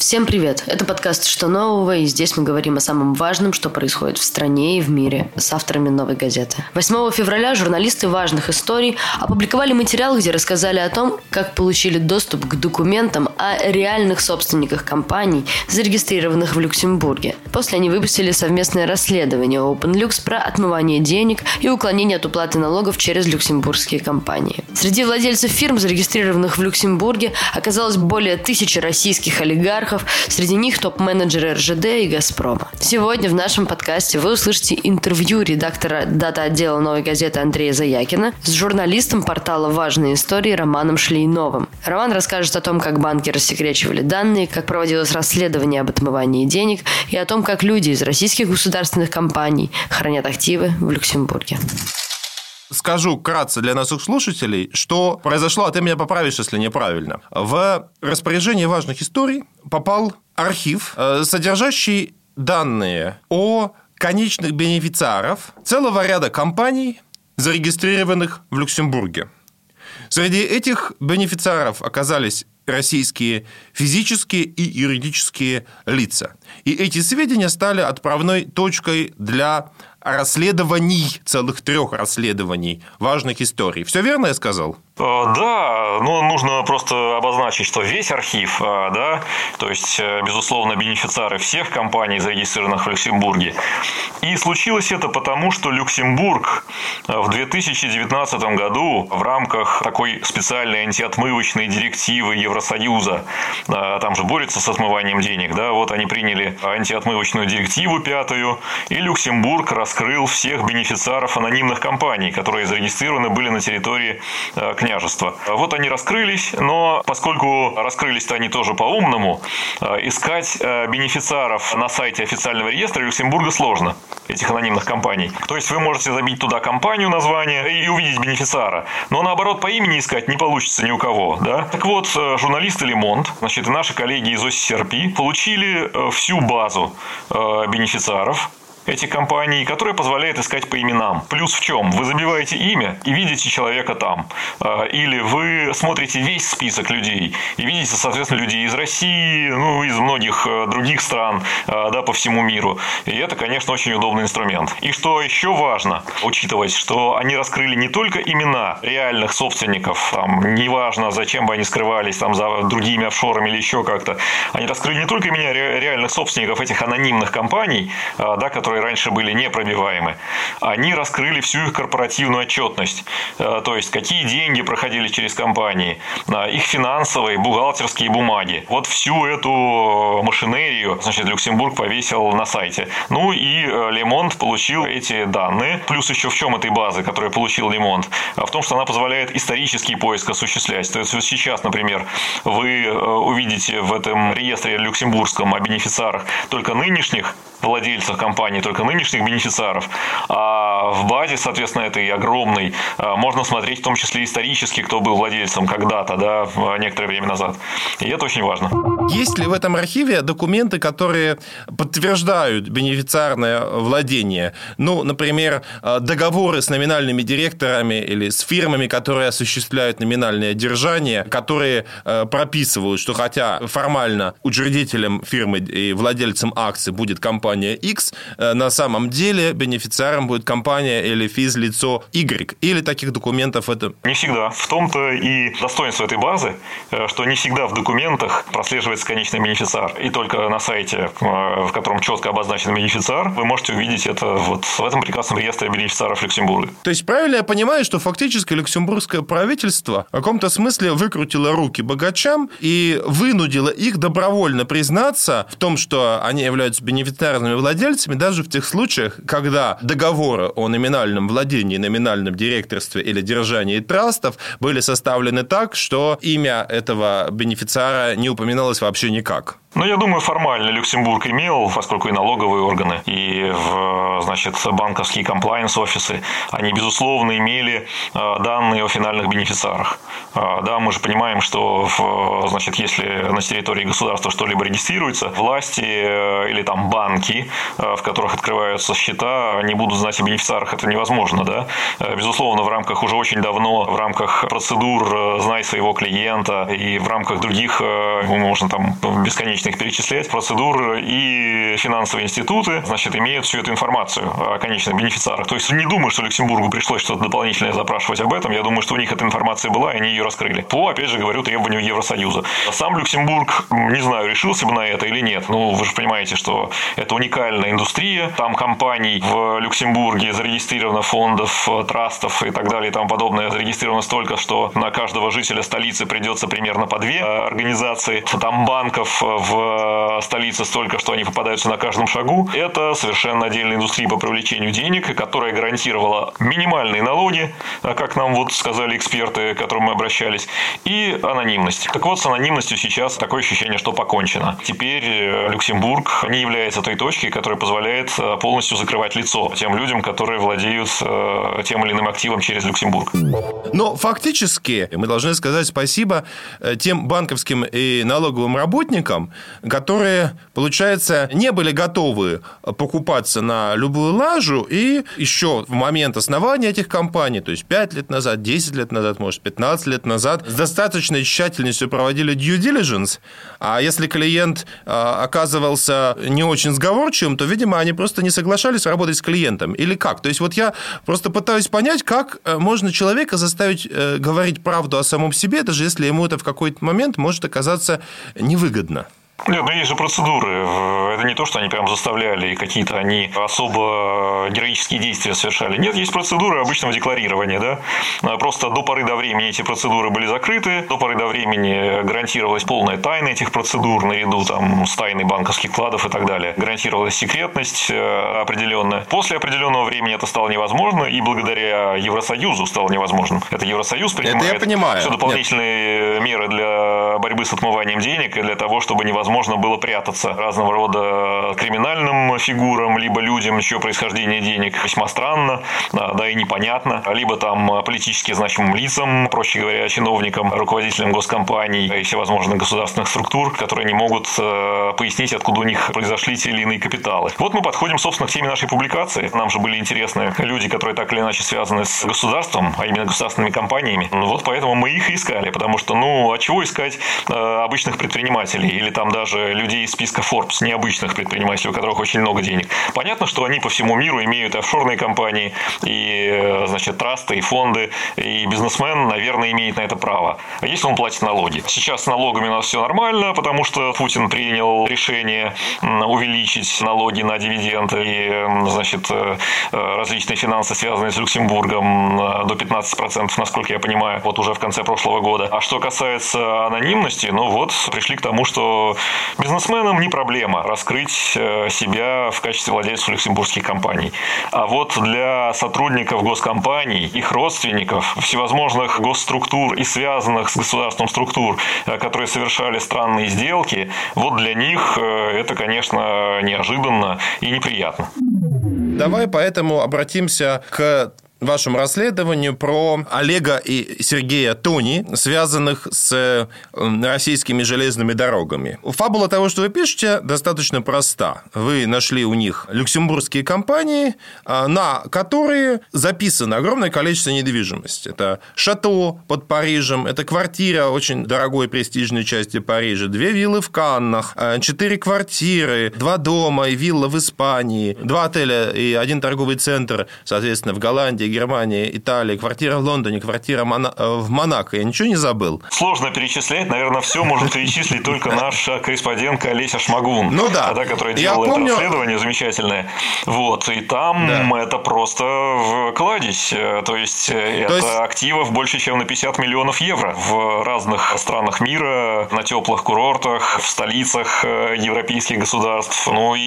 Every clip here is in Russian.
Всем привет! Это подкаст «Что нового?» и здесь мы говорим о самом важном, что происходит в стране и в мире с авторами «Новой газеты». 8 февраля журналисты важных историй опубликовали материал, где рассказали о том, как получили доступ к документам о реальных собственниках компаний, зарегистрированных в Люксембурге. После они выпустили совместное расследование OpenLux про отмывание денег и уклонение от уплаты налогов через люксембургские компании. Среди владельцев фирм, зарегистрированных в Люксембурге, оказалось более 1000 российских олигархов, среди них топ-менеджеры РЖД и Газпрома. Сегодня в нашем подкасте вы услышите интервью редактора дата-отдела «Новой газеты» Андрея Заякина с журналистом портала «Важные истории» Романом Шлейновым. Роман расскажет о том, как банки рассекречивали данные, как проводилось расследование об отмывании денег и о том, как люди из российских государственных компаний хранят активы в Люксембурге. Скажу вкратце для наших слушателей, что произошло, а ты меня поправишь, если неправильно. В распоряжение важных историй попал архив, содержащий данные о конечных бенефициаров целого ряда компаний, зарегистрированных в Люксембурге. Среди этих бенефициаров оказались российские физические и юридические лица. И эти сведения стали отправной точкой для расследований, целых 3 расследований важных историй. Все верно я сказал? Да, но нужно просто обозначить, что весь архив, да, то есть, безусловно, бенефициары всех компаний, зарегистрированных в Люксембурге. И случилось это потому, что Люксембург в 2019 году в рамках такой специальной антиотмывочной директивы Евросоюза, там же борются с отмыванием денег, да, вот они приняли антиотмывочную директиву 5-ю, и Люксембург раскрыл всех бенефициаров анонимных компаний, которые зарегистрированы были на территории княжества. Вот они раскрылись, но поскольку раскрылись-то они тоже по-умному, искать бенефициаров на сайте официального реестра Люксембурга сложно, этих анонимных компаний. То есть вы можете забить туда компанию, название и увидеть бенефициара, но наоборот по имени искать не получится ни у кого. Да? Так вот, журналисты Le Monde, значит, и наши коллеги из OCCRP получили всю базу бенефициаров этих компаний, которая позволяет искать по именам. Плюс в чем? Вы забиваете имя и видите человека там. Или вы смотрите весь список людей и видите, соответственно, людей из России, из многих других стран, да, по всему миру. И это, конечно, очень удобный инструмент. И что еще важно учитывать, что они раскрыли не только имена реальных собственников, там, неважно, зачем бы они скрывались там, за другими офшорами или еще как-то. Они раскрыли не только имена реальных собственников этих анонимных компаний, да, которые раньше были непробиваемы, они раскрыли всю их корпоративную отчетность. То есть, какие деньги проходили через компании, их финансовые, бухгалтерские бумаги. Вот всю эту машинерию, значит, Люксембург повесил на сайте. Ну и Le Monde получил эти данные. Плюс еще в чем этой базы, которую получил Le Monde? В том, что она позволяет исторический поиск осуществлять. То есть, вот сейчас, например, вы увидите в этом реестре люксембургском о бенефициарах только нынешних владельцев компании, только нынешних бенефициаров, а в базе, соответственно, этой огромной, можно смотреть в том числе исторически, кто был владельцем когда-то, да, некоторое время назад. И это очень важно. Есть ли в этом архиве документы, которые подтверждают бенефициарное владение? Например, договоры с номинальными директорами или с фирмами, которые осуществляют номинальное держание, которые прописывают, что хотя формально учредителем фирмы и владельцем акций будет компания X, на самом деле бенефициаром будет компания или физлицо Y. Или таких документов это... Не всегда. В том-то и достоинство этой базы, что не всегда в документах прослеживается конечный бенефициар. И только на сайте, в котором четко обозначен бенефициар, вы можете увидеть это вот в этом прекрасном реестре бенефициаров Люксембурга. То есть, правильно я понимаю, что фактически люксембургское правительство в каком-то смысле выкрутило руки богачам и вынудило их добровольно признаться в том, что они являются бенефициарными владельцами, даже в тех случаях, когда договоры о номинальном владении, номинальном директорстве или держании трастов были составлены так, что имя этого бенефициара не упоминалось вообще никак. Я думаю, формально Люксембург имел, поскольку и налоговые органы, и, значит, банковские комплаенс-офисы, они, безусловно, имели данные о финальных бенефициарах. Да, мы же понимаем, что, значит, если на территории государства что-либо регистрируется, власти или там банки, в которых открываются счета, не будут знать о бенефициарах, это невозможно, да. Безусловно, в рамках уже очень давно, в рамках процедур «Знай своего клиента» и в рамках других, можно там бесконечно бесконечно их перечислять, процедур, и финансовые институты, значит, имеют всю эту информацию о конечных бенефициарах. То есть не думаю, что Люксембургу пришлось что-то дополнительное запрашивать об этом. Я думаю, что у них эта информация была, и они ее раскрыли. По, опять же, говорю, требованию Евросоюза. Сам Люксембург, не знаю, решился бы на это или нет. Ну, вы же понимаете, что это уникальная индустрия. Там компаний в Люксембурге зарегистрировано, фондов, трастов и так далее и тому подобное зарегистрировано столько, что на каждого жителя столицы придется примерно по 2 организации. Там банков в столице столько, что они попадаются на каждом шагу. Это совершенно отдельная индустрия по привлечению денег, которая гарантировала минимальные налоги, как нам вот сказали эксперты, к которым мы обращались, и анонимность. Так вот, с анонимностью сейчас такое ощущение, что покончено. Теперь Люксембург не является той точкой, которая позволяет полностью закрывать лицо тем людям, которые владеют тем или иным активом через Люксембург. Но фактически мы должны сказать спасибо тем банковским и налоговым работникам, которые, получается, не были готовы покупаться на любую лажу, и еще в момент основания этих компаний, то есть 5 лет назад, 10 лет назад, может, 15 лет назад, с достаточной тщательностью проводили due diligence, а если клиент оказывался не очень сговорчивым, то, видимо, они просто не соглашались работать с клиентом. Или как? То есть вот я просто пытаюсь понять, как можно человека заставить говорить правду о самом себе, даже если ему это в какой-то момент может оказаться невыгодно. Нет, ну есть же процедуры. Это не то, что они прям заставляли, и какие-то они особо героические действия совершали. Нет, есть процедуры обычного декларирования, да. Просто до поры до времени эти процедуры были закрыты, до поры до времени гарантировалась полная тайна этих процедур, наряду там с тайной банковских вкладов и так далее. Гарантировалась секретность определенная. После определенного времени это стало невозможно, и благодаря Евросоюзу стало невозможным. Это Евросоюз принимает все дополнительные меры для борьбы с отмыванием денег и для того, чтобы невозможно было прятаться разного рода криминальным фигурам, либо людям, чье происхождение денег весьма странно, да и непонятно, либо там политически значимым лицам, проще говоря, чиновникам, руководителям госкомпаний и всевозможных государственных структур, которые не могут пояснить, откуда у них произошли те или иные капиталы. Вот мы подходим, собственно, к теме нашей публикации. Нам же были интересны люди, которые так или иначе связаны с государством, а именно государственными компаниями. Вот поэтому мы их искали, потому что, а чего искать обычных предпринимателей или там даже людей из списка Forbes, необычных предпринимателей, у которых очень много денег. Понятно, что они по всему миру имеют и офшорные компании, и, значит, трасты, и фонды, и бизнесмен, наверное, имеет на это право. А если он платит налоги? Сейчас с налогами у нас все нормально, потому что Путин принял решение увеличить налоги на дивиденды и, значит, различные финансы, связанные с Люксембургом, до 15%, насколько я понимаю, вот уже в конце прошлого года. А что касается анонимности, пришли к тому, что бизнесменам не проблема раскрыть себя в качестве владельцев люксембургских компаний. А вот для сотрудников госкомпаний, их родственников, всевозможных госструктур и связанных с государством структур, которые совершали странные сделки, вот для них это, конечно, неожиданно и неприятно. Давай поэтому обратимся к вашему расследованию про Олега и Сергея Тони, связанных с российскими железными дорогами. Фабула того, что вы пишете, достаточно проста. Вы нашли у них люксембургские компании, на которые записано огромное количество недвижимости. Это шато под Парижем, это квартира очень дорогой престижной части Парижа, 2 виллы в Каннах, 4 квартиры, 2 дома и вилла в Испании, 2 отеля и 1 торговый центр, соответственно, в Голландии, Германия, Италия, квартира в Лондоне, квартира в Монако. Я ничего не забыл? Сложно перечислять. Наверное, все может перечислить только наша корреспондентка Олеся Шмагун. Которая делала это расследование замечательное. И там это просто кладезь. То есть активов больше, чем на 50 миллионов евро в разных странах мира, на теплых курортах, в столицах европейских государств,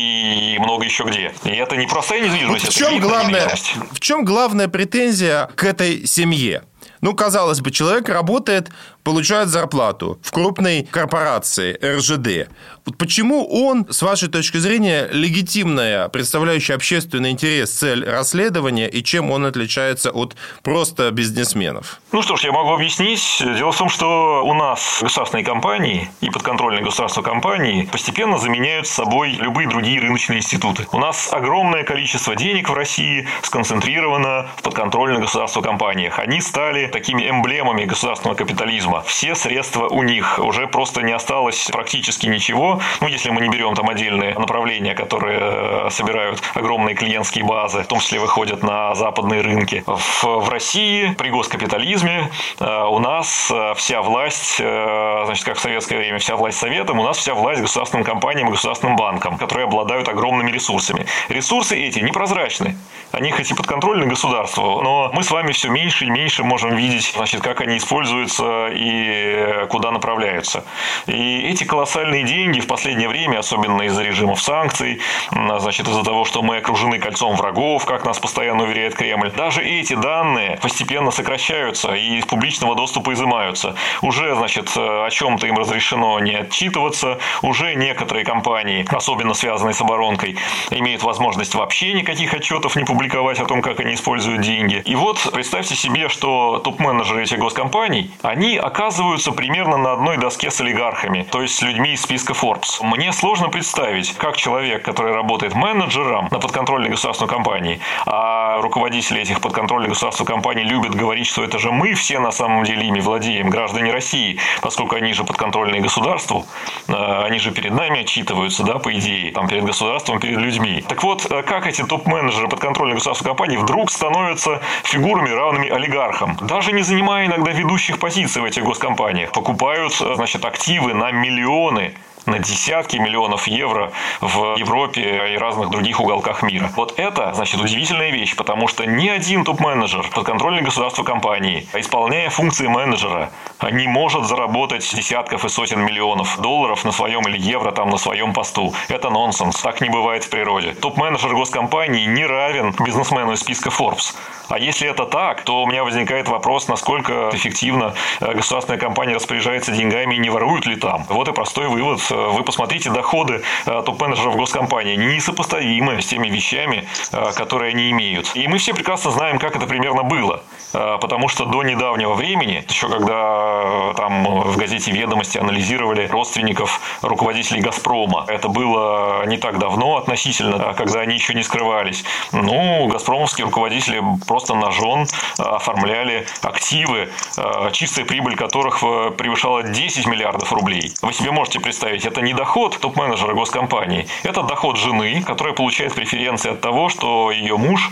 и много еще где. И это не простая недвижимость, это элитная недвижимость. В чем главная претензия к этой семье? Казалось бы, человек работает, получает зарплату в крупной корпорации РЖД. Почему он, с вашей точки зрения, легитимная, представляющая общественный интерес, цель расследования, и чем он отличается от просто бизнесменов? Что ж, я могу объяснить. Дело в том, что у нас государственные компании и подконтрольные государству компании постепенно заменяют собой любые другие рыночные институты. У нас огромное количество денег в России сконцентрировано в подконтрольных государству компаниях. Они стали такими эмблемами государственного капитализма. Все средства у них. Уже просто не осталось практически ничего. Ну, если мы не берем там отдельные направления, которые собирают огромные клиентские базы, в том числе выходят на западные рынки. В России при госкапитализме у нас вся власть, значит, как в советское время вся власть советом, у нас вся власть государственным компаниям и государственным банкам, которые обладают огромными ресурсами. Ресурсы эти непрозрачны. Они хоть и подконтрольны государству, но мы с вами все меньше и меньше можем видеть, значит, как они используются и куда направляются. И эти колоссальные деньги в последнее время, особенно из-за режимов санкций, значит, из-за того, что мы окружены кольцом врагов, как нас постоянно уверяет Кремль, даже эти данные постепенно сокращаются и из публичного доступа изымаются. Уже, значит, о чем-то им разрешено не отчитываться, уже некоторые компании, особенно связанные с оборонкой, имеют возможность вообще никаких отчетов не публиковать о том, как они используют деньги. И вот представьте себе, что топ-менеджеры этих госкомпаний, они оказываются примерно на одной доске с олигархами, то есть с людьми из списка Forbes. Мне сложно представить, как человек, который работает менеджером на подконтрольной государственной компании, а руководители этих подконтрольных государственной компаний любят говорить, что это же мы все на самом деле ими владеем, граждане России, поскольку они же подконтрольные государству, они же перед нами отчитываются, да, по идее, там, перед государством, перед людьми. Так вот, как эти топ-менеджеры подконтрольных государственных компаний вдруг становятся фигурами, равными олигархам, даже не занимая иногда ведущих позиций в этих госкомпаниях, покупают, значит, активы на миллионы, на десятки миллионов евро в Европе и разных других уголках мира. Вот это, значит, удивительная вещь, потому что ни один топ-менеджер подконтрольной государству компании, исполняя функции менеджера, не может заработать десятков и сотен миллионов долларов на своем или евро там на своем посту. Это нонсенс. Так не бывает в природе. Топ-менеджер госкомпании не равен бизнесмену из списка Forbes. А если это так, то у меня возникает вопрос, насколько эффективно государственная компания распоряжается деньгами и не воруют ли там. Вот и простой вывод. Вы посмотрите доходы топ-менеджеров госкомпании. Они несопоставимы с теми вещами, которые они имеют. И мы все прекрасно знаем, как это примерно было. Потому что до недавнего времени, еще когда там в газете «Ведомости» анализировали родственников руководителей «Газпрома», это было не так давно относительно, когда они еще не скрывались. Ну, газпромовские руководители просто на жен оформляли активы, чистая прибыль которых превышала 10 миллиардов рублей. Вы себе можете представить, это не доход топ-менеджера госкомпании, это доход жены, которая получает преференции от того, что ее муж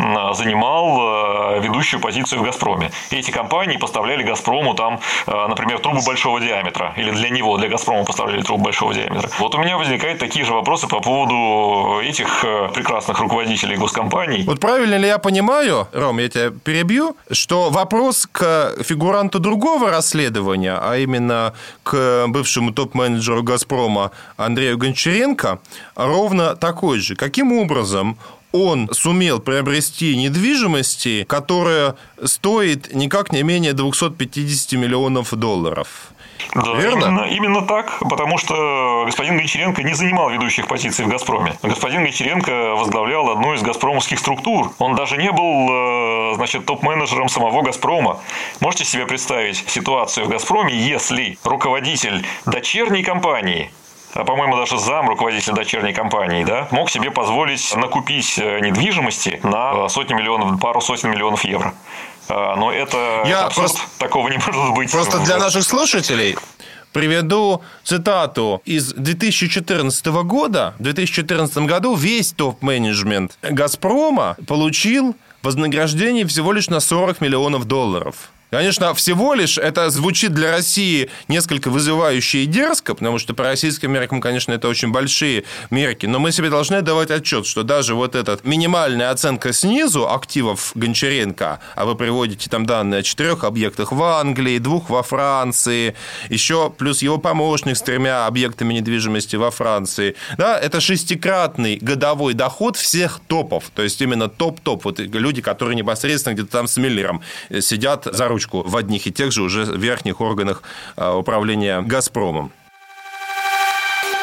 занимал ведущую позицию в «Газпроме». И эти компании поставляли «Газпрому» там, например, трубы большого диаметра. Или для него, для «Газпрома» поставляли трубы большого диаметра. Вот у меня возникают такие же вопросы по поводу этих прекрасных руководителей госкомпаний. Вот правильно ли я понимаю, Ром, я тебя перебью, что вопрос к фигуранту другого расследования, а именно к бывшему топ-менеджеру «Газпрома» Андрею Гончаренко, ровно такой же. Каким образом он сумел приобрести недвижимости, которая стоит никак не менее 250 миллионов долларов? Да, верно? Именно так, потому что господин Гончаренко не занимал ведущих позиций в «Газпроме». Господин Гончаренко возглавлял одну из газпромовских структур. Он даже не был, значит, топ-менеджером самого «Газпрома». Можете себе представить ситуацию в «Газпроме», если руководитель дочерней компании, по-моему, даже зам руководителя дочерней компании, да, мог себе позволить накупить недвижимости на пару сотен миллионов евро. Но это абсурд, такого не может быть. Просто для наших слушателей приведу цитату из 2014 года. В 2014 году весь топ-менеджмент «Газпрома» получил вознаграждение всего лишь на 40 миллионов долларов. Конечно, всего лишь это звучит для России несколько вызывающе и дерзко, потому что по российским меркам, конечно, это очень большие мерки, но мы себе должны давать отчет, что даже вот эта минимальная оценка снизу активов Гончаренко, а вы приводите там данные о 4 объектах в Англии, 2 во Франции, еще плюс его помощник с 3 объектами недвижимости во Франции, да, это 6-кратный годовой доход всех топов, то есть именно топ-топ, вот люди, которые непосредственно где-то там с Миллером сидят за ручку в одних и тех же уже верхних органах управления «Газпромом».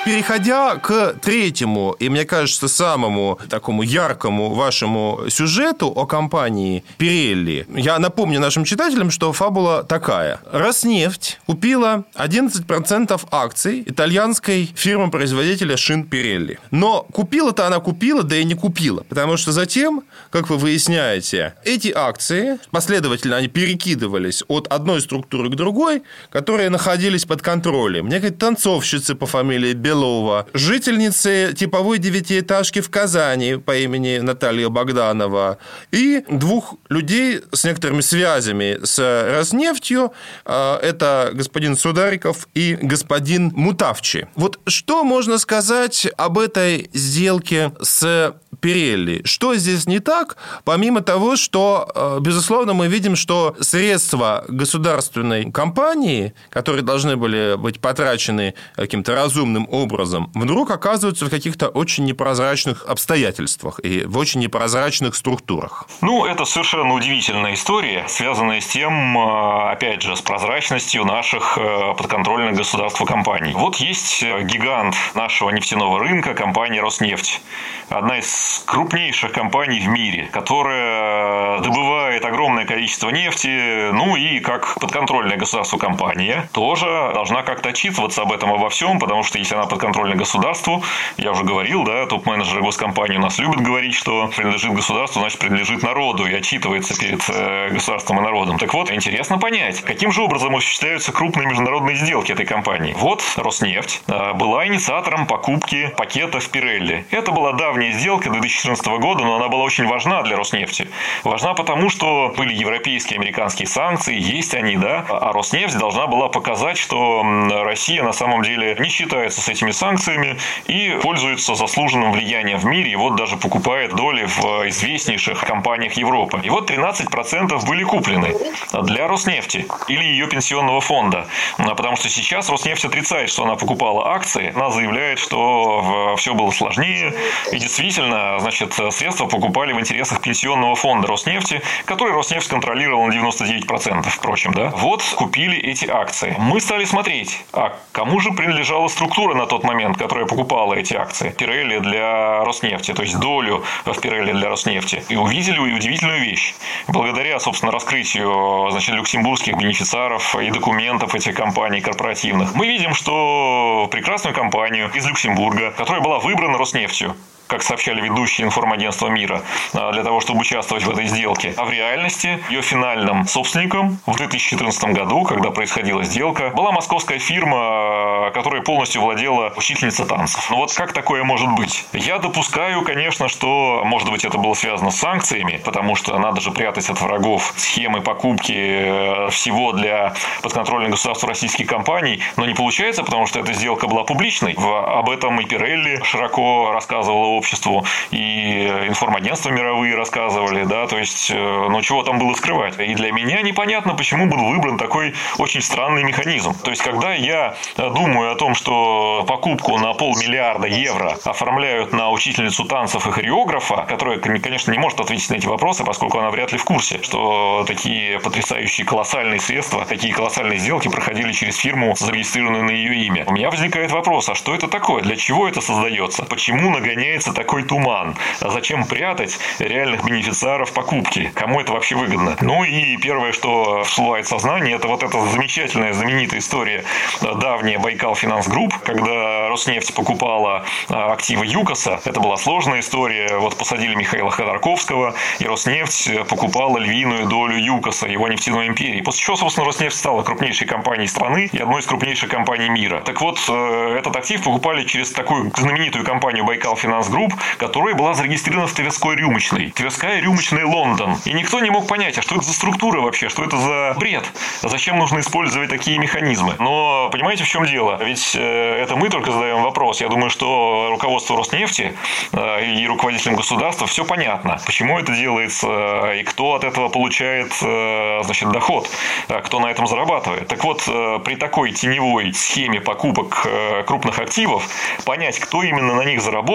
переходя к третьему, и мне кажется, самому такому яркому вашему сюжету о компании Pirelli, я напомню нашим читателям, что фабула такая. Роснефть купила 11% акций итальянской фирмы-производителя шин Pirelli. Но купила-то она купила, да и не купила. Потому что затем, как вы выясняете, эти акции, последовательно они перекидывались от одной структуры к другой, которые находились под контролем. Некой танцовщицы по фамилии Белова, жительницы типовой девятиэтажки в Казани по имени Наталья Богданова и двух людей с некоторыми связями с Роснефтью. Это господин Судариков и господин Мутавчи. Вот что можно сказать об этой сделке с Pirelli? Что здесь не так, помимо того, что, безусловно, мы видим, что средства государственной компании, которые должны были быть потрачены каким-то разумным образом, вдруг оказываются в каких-то очень непрозрачных обстоятельствах и в очень непрозрачных структурах? Это совершенно удивительная история, связанная с тем, опять же, с прозрачностью наших подконтрольных государству компаний. Вот есть гигант нашего нефтяного рынка, компания «Роснефть». Одна из крупнейших компаний в мире, которая добывает огромное количество нефти, и как подконтрольная государству компания тоже должна как-то отчитываться об этом, обо всем, потому что если она подконтрольна государству, я уже говорил, топ-менеджеры госкомпании у нас любят говорить, что принадлежит государству, значит, принадлежит народу и отчитывается перед государством и народом. Так вот, интересно понять, каким же образом осуществляются крупные международные сделки этой компании. Вот Роснефть была инициатором покупки пакетов Pirelli. Это была давняя сделка 2014 года, но она была очень важна для Роснефти. Важна потому, что были европейские и американские санкции, есть они, а Роснефть должна была показать, что Россия на самом деле не считается с этими санкциями и пользуется заслуженным влиянием в мире, и вот даже покупает доли в известнейших компаниях Европы. И вот 13% были куплены для Роснефти или ее пенсионного фонда, потому что сейчас Роснефть отрицает, что она покупала акции, она заявляет, что все было сложнее, и действительно, средства покупали в интересах пенсионного фонда Роснефти, который Роснефть контролировал на 99%, впрочем, Вот купили эти акции. Мы стали смотреть, а кому же принадлежала структура на тот момент, которая покупала эти акции? Pirelli для Роснефти, то есть долю в Pirelli для Роснефти. И увидели удивительную вещь. Благодаря, собственно, раскрытию, люксембургских бенефициаров и документов этих компаний корпоративных, мы видим, что прекрасную компанию из Люксембурга, которая была выбрана Роснефтью, как сообщали ведущие информагентства мира, для того, чтобы участвовать в этой сделке. А в реальности ее финальным собственником в 2014 году, когда происходила сделка, была московская фирма, которая полностью владела учительница танцев. Как такое может быть? Я допускаю, конечно, что, может быть, это было связано с санкциями, потому что надо же прятать от врагов схемы покупки всего для подконтрольных государству российских компаний, но не получается, потому что эта сделка была публичной. Об этом и Pirelli широко рассказывала обществу, и информагентства мировые рассказывали, то есть, чего там было скрывать. И для меня непонятно, почему был выбран такой очень странный механизм. То есть, когда я думаю о том, что покупку на 500 миллиарда евро оформляют на учительницу танцев и хореографа, которая, конечно, не может ответить на эти вопросы, поскольку она вряд ли в курсе, что такие потрясающие колоссальные средства, такие колоссальные сделки проходили через фирму, зарегистрированную на ее имя. У меня возникает вопрос, а что это такое? Для чего это создается? Почему нагоняется такой туман? А зачем прятать реальных бенефициаров покупки? Кому это вообще выгодно? И первое, что всплывает в сознание, это вот эта замечательная, знаменитая история давняя Байкал Финанс Групп, когда Роснефть покупала активы ЮКОСа. Это была сложная история. Вот посадили Михаила Ходорковского, и Роснефть покупала львиную долю ЮКОСа, его нефтяной империи. После чего, собственно, Роснефть стала крупнейшей компанией страны и одной из крупнейших компаний мира. Так вот, этот актив покупали через такую знаменитую компанию Байкал Финанс Групп, которая была зарегистрирована в Тверской рюмочной. Тверская рюмочная Лондон. И никто не мог понять, а что это за структура вообще, что это за бред, зачем нужно использовать такие механизмы. Но понимаете, в чем дело? Ведь это мы только задаем вопрос. Я думаю, что руководству Роснефти и руководителям государства все понятно, почему это делается и кто от этого получает, доход, кто на этом зарабатывает. Так вот, при такой теневой схеме покупок крупных активов понять, кто именно на них заработал,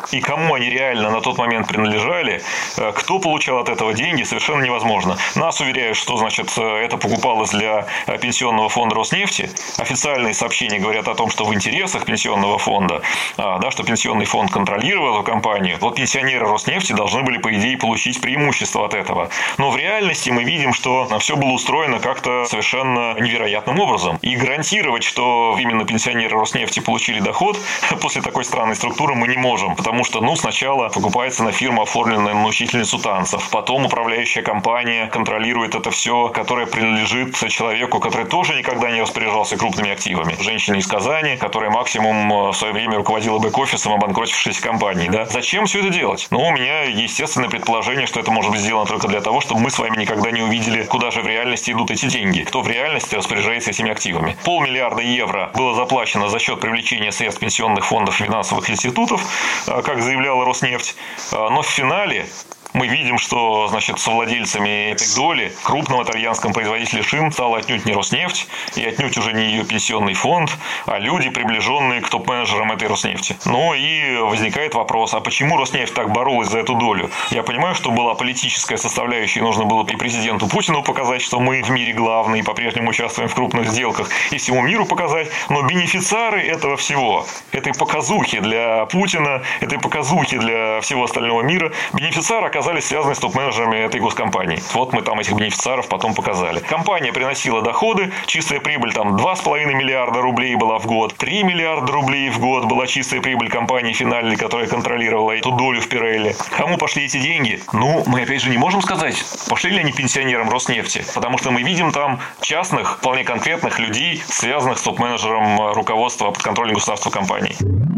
и кому они реально на тот момент принадлежали, кто получал от этого деньги, совершенно невозможно. Нас уверяют, что, значит, это покупалось для пенсионного фонда Роснефти. Официальные сообщения говорят о том, что в интересах пенсионного фонда, да, что пенсионный фонд контролировал эту компанию. Вот пенсионеры Роснефти должны были, по идее, получить преимущество от этого. Но в реальности мы видим, что все было устроено как-то совершенно невероятным образом. И гарантировать, что именно пенсионеры Роснефти получили доход после такой странной структуры мы не можем. Потому что, сначала покупается на фирму, оформленная на учительницу танцев. Потом управляющая компания контролирует это все, которое принадлежит человеку, который тоже никогда не распоряжался крупными активами. Женщина из Казани, которая максимум в свое время руководила бэк-офисом обанкротившейся компании. Да? Зачем все это делать? У меня естественное предположение, что это может быть сделано только для того, чтобы мы с вами никогда не увидели, куда же в реальности идут эти деньги, кто в реальности распоряжается этими активами. 500 миллиарда евро было заплачено за счет привлечения средств пенсионных фондов и финансовых институтов, как заявляла Роснефть. Но в финале мы видим, что, значит, совладельцами этой доли крупного итальянского производителя шин стала отнюдь не Роснефть и отнюдь уже не ее пенсионный фонд, а люди, приближенные к топ-менеджерам этой Роснефти. И возникает вопрос, а почему Роснефть так боролась за эту долю? Я понимаю, что была политическая составляющая, и нужно было и президенту Путину показать, что мы в мире главные и по-прежнему участвуем в крупных сделках, и всему миру показать, но бенефициары этого всего, этой показухи для Путина, этой показухи для всего остального мира, бенефициары оказались связаны с топ-менеджерами этой госкомпании. Вот мы там этих бенефициаров потом показали. Компания приносила доходы, чистая прибыль там 2,5 миллиарда рублей была в год, 3 миллиарда рублей в год была чистая прибыль компании финальной, которая контролировала эту долю в Пирелли. Кому пошли эти деньги? Мы опять же не можем сказать, пошли ли они пенсионерам Роснефти, потому что мы видим там частных, вполне конкретных людей, связанных с топ-менеджером руководства подконтрольной государству компании.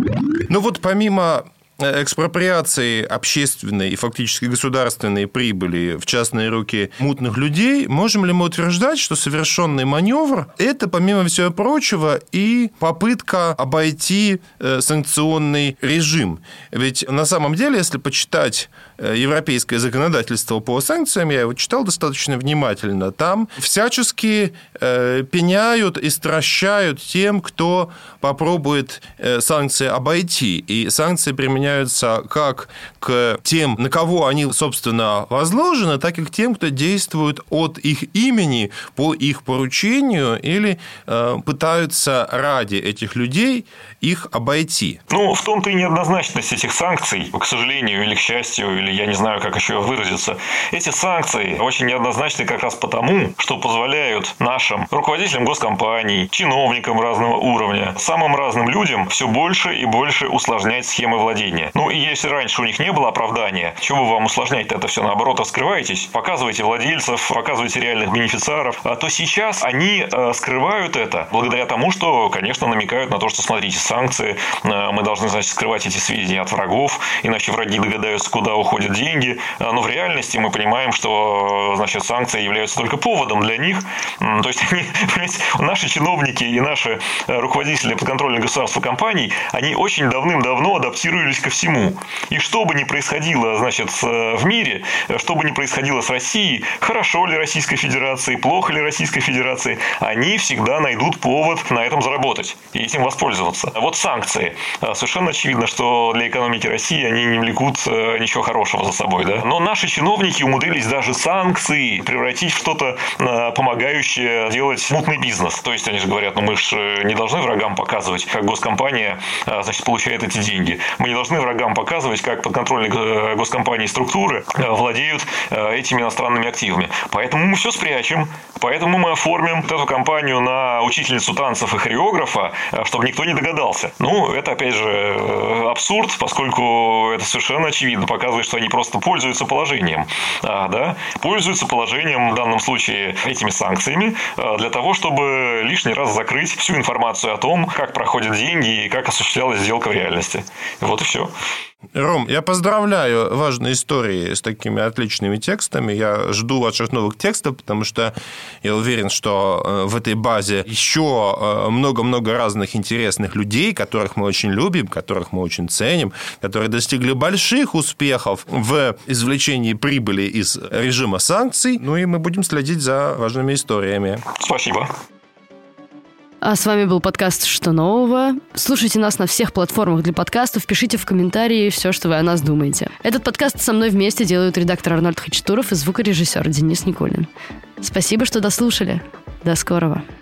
Помимо экспроприации общественной и фактически государственной прибыли в частные руки мутных людей, можем ли мы утверждать, что совершенный маневр – это, помимо всего прочего, и попытка обойти санкционный режим? Ведь на самом деле, если почитать европейское законодательство по санкциям, я его читал достаточно внимательно, там всячески пеняют и стращают тем, кто попробует санкции обойти. И санкции применяются как к тем, на кого они, собственно, возложены, так и к тем, кто действует от их имени, по их поручению или пытаются ради этих людей их обойти. В том-то и неоднозначность этих санкций, к сожалению, или к счастью, или я не знаю, как еще выразиться. Эти санкции очень неоднозначны как раз потому, что позволяют нашим руководителям госкомпаний, чиновникам разного уровня, самым разным людям все больше и больше усложнять схемы владения. И если раньше у них не было оправдания, чего бы вам усложнять-то это все? Наоборот, раскрываетесь, показываете владельцев, показываете реальных бенефициаров, то сейчас они скрывают это благодаря тому, что, конечно, намекают на то, что, смотрите, санкции, мы должны, значит, скрывать эти сведения от врагов, иначе враги догадаются, куда уходят деньги. Но в реальности мы понимаем, что, значит, санкции являются только поводом для них. То есть, наши чиновники и наши руководители подконтрольных государству компаний, они очень давным-давно адаптировались ко всему. И что бы ни происходило, значит, в мире, что бы ни происходило с Россией, хорошо ли Российской Федерации, плохо ли Российской Федерации, они всегда найдут повод на этом заработать и этим воспользоваться. Вот санкции. Совершенно очевидно, что для экономики России они не влекут ничего хорошего за собой. Да? Но наши чиновники умудрились даже санкции превратить в что-то помогающее делать мутный бизнес. То есть они же говорят, мы же не должны врагам показывать, как госкомпания, значит, получает эти деньги. Мы не должны врагам показывать, как подконтрольные госкомпании структуры владеют этими иностранными активами. Поэтому мы все спрячем, поэтому мы оформим эту компанию на учительницу танцев и хореографа, чтобы никто не догадался. Это, опять же, абсурд, поскольку это совершенно очевидно показывает, что они просто пользуются положением. Пользуются положением, в данном случае, этими санкциями, для того, чтобы лишний раз закрыть всю информацию о том, как проходят деньги и как осуществлялась сделка в реальности. Вот и все. Ром, я поздравляю важные истории с такими отличными текстами. Я жду ваших новых текстов, потому что я уверен, что в этой базе еще много-много разных интересных людей, которых мы очень любим, которых мы очень ценим, которые достигли больших успехов в извлечении прибыли из режима санкций. И мы будем следить за важными историями. Спасибо. А с вами был подкаст «Что нового?». Слушайте нас на всех платформах для подкастов, пишите в комментарии все, что вы о нас думаете. Этот подкаст со мной вместе делают редактор Арнольд Хачатуров и звукорежиссер Денис Никулин. Спасибо, что дослушали. До скорого.